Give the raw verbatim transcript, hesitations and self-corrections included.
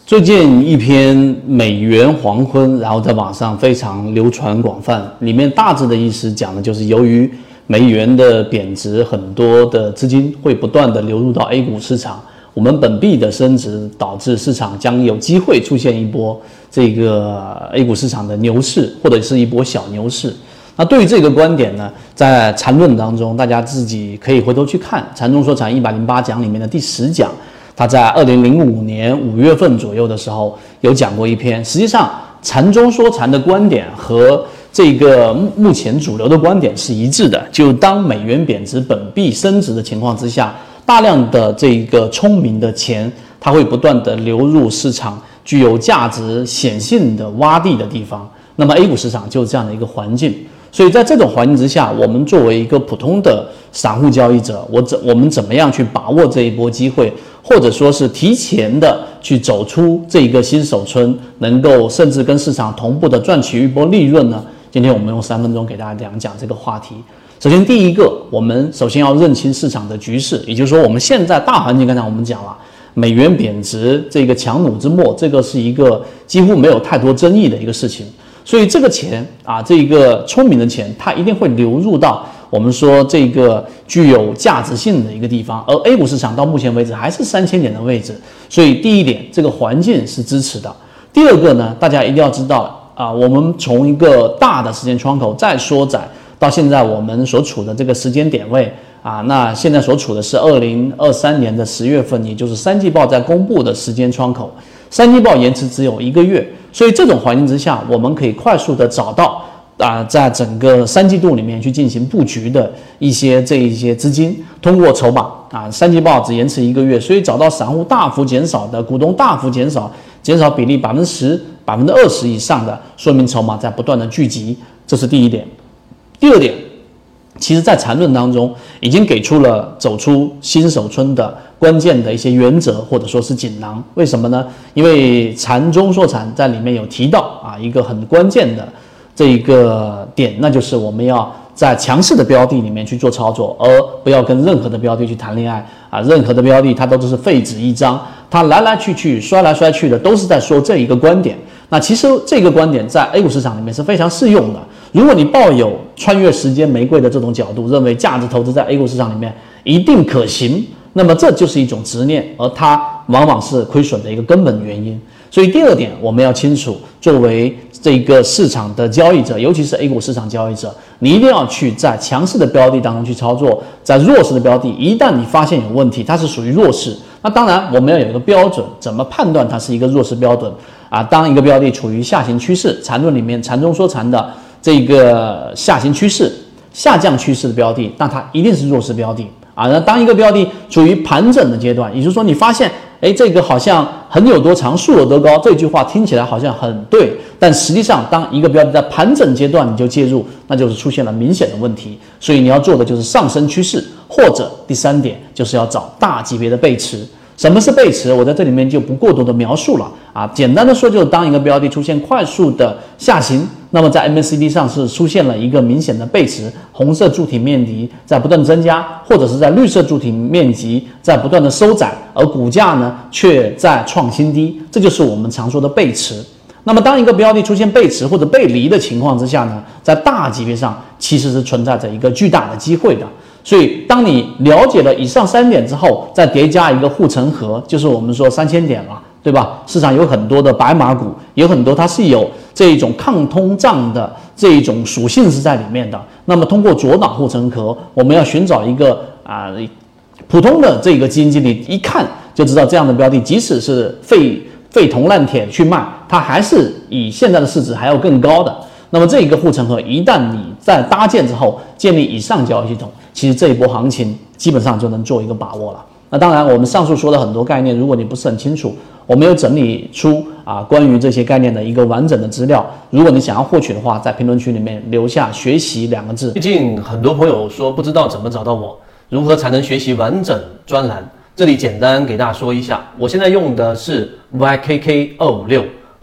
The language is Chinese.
最近一篇美元黄昏，然后在网上非常流传广泛，里面大致的意思讲的就是由于美元的贬值，很多的资金会不断的流入到 A 股市场，我们本币的升值导致市场将有机会出现一波这个 A 股市场的牛市，或者是一波小牛市。那对于这个观点呢，在缠论当中，大家自己可以回头去看《禅中说禅一百零八讲》里面的第十讲，他在二零零五年五月份左右的时候有讲过一篇。实际上，禅中说禅的观点和这个目前主流的观点是一致的，就当美元贬值、本币升值的情况之下，大量的这个聪明的钱，它会不断的流入市场具有价值显性的洼地的地方。那么 A 股市场就是这样的一个环境。所以在这种环境之下，我们作为一个普通的散户交易者，我怎我们怎么样去把握这一波机会，或者说是提前的去走出这一个新手村，能够甚至跟市场同步的赚取一波利润呢？今天我们用三分钟给大家讲讲这个话题。首先第一个，我们首先要认清市场的局势，也就是说我们现在大环境，刚才我们讲了美元贬值，这个强弩之末，这个是一个几乎没有太多争议的一个事情。所以这个钱啊，这个聪明的钱，它一定会流入到我们说这个具有价值性的一个地方，而 A 股市场到目前为止还是三千点的位置，所以第一点，这个环境是支持的。第二个呢，大家一定要知道啊，我们从一个大的时间窗口再缩窄到现在我们所处的这个时间点位啊，那现在所处的是二零二三年的十月份，也就是三季报在公布的时间窗口，三季报延迟只有一个月。所以这种环境之下，我们可以快速的找到啊，在整个三季度里面去进行布局的一些这一些资金，通过筹码啊，三季报只延迟一个月，所以找到散户大幅减少的，股东大幅减少，减少比例百分之十、百分之二十以上的，说明筹码在不断的聚集，这是第一点。第二点，其实在缠论当中已经给出了走出新手村的关键的一些原则，或者说是锦囊。为什么呢？因为禅中说禅在里面有提到啊，一个很关键的这一个点，那就是我们要在强势的标的里面去做操作，而不要跟任何的标的去谈恋爱啊。任何的标的它都是废纸一张，它来来去去摔来摔去的都是在说这一个观点。那其实这个观点在 A 股市场里面是非常适用的。如果你抱有穿越时间玫瑰的这种角度，认为价值投资在 A 股市场里面一定可行，那么这就是一种执念，而它往往是亏损的一个根本原因。所以第二点，我们要清楚，作为这个市场的交易者，尤其是 A 股市场交易者，你一定要去在强势的标的当中去操作，在弱势的标的，一旦你发现有问题，它是属于弱势，那当然我们要有一个标准，怎么判断它是一个弱势标准啊？当一个标的处于下行趋势，缠论里面禅中说禅的这个下行趋势、下降趋势的标的，那它一定是弱势标的啊。那当一个标的处于盘整的阶段，也就是说你发现，哎，这个好像横有多长，竖有多高，这句话听起来好像很对，但实际上当一个标的在盘整阶段你就介入，那就是出现了明显的问题。所以你要做的就是上升趋势，或者第三点就是要找大级别的背驰。什么是背驰？我在这里面就不过多的描述了啊。简单的说，就是当一个标的出现快速的下行，那么在 M A C D 上是出现了一个明显的背驰，红色柱体面积在不断增加，或者是在绿色柱体面积在不断的收窄，而股价呢却在创新低，这就是我们常说的背驰。那么当一个标的出现背驰或者背离的情况之下呢，在大级别上其实是存在着一个巨大的机会的。所以当你了解了以上三点之后，再叠加一个护城河，就是我们说三千点了，对吧？市场有很多的白马股，有很多它是有这一种抗通胀的这一种属性是在里面的。那么通过左脑护城河，我们要寻找一个啊、呃、普通的这个基金经理一看就知道这样的标的，即使是废废铜烂铁去卖，它还是以现在的市值还要更高的。那么这一个护城河一旦你在搭建之后，建立以上交易系统，其实这一波行情基本上就能做一个把握了。那当然我们上述说的很多概念，如果你不是很清楚，我们有整理出啊关于这些概念的一个完整的资料，如果你想要获取的话，在评论区里面留下学习两个字。 最近很多朋友说不知道怎么找到我，如何才能学习完整专栏，这里简单给大家说一下，我现在用的是 Y K K 二五六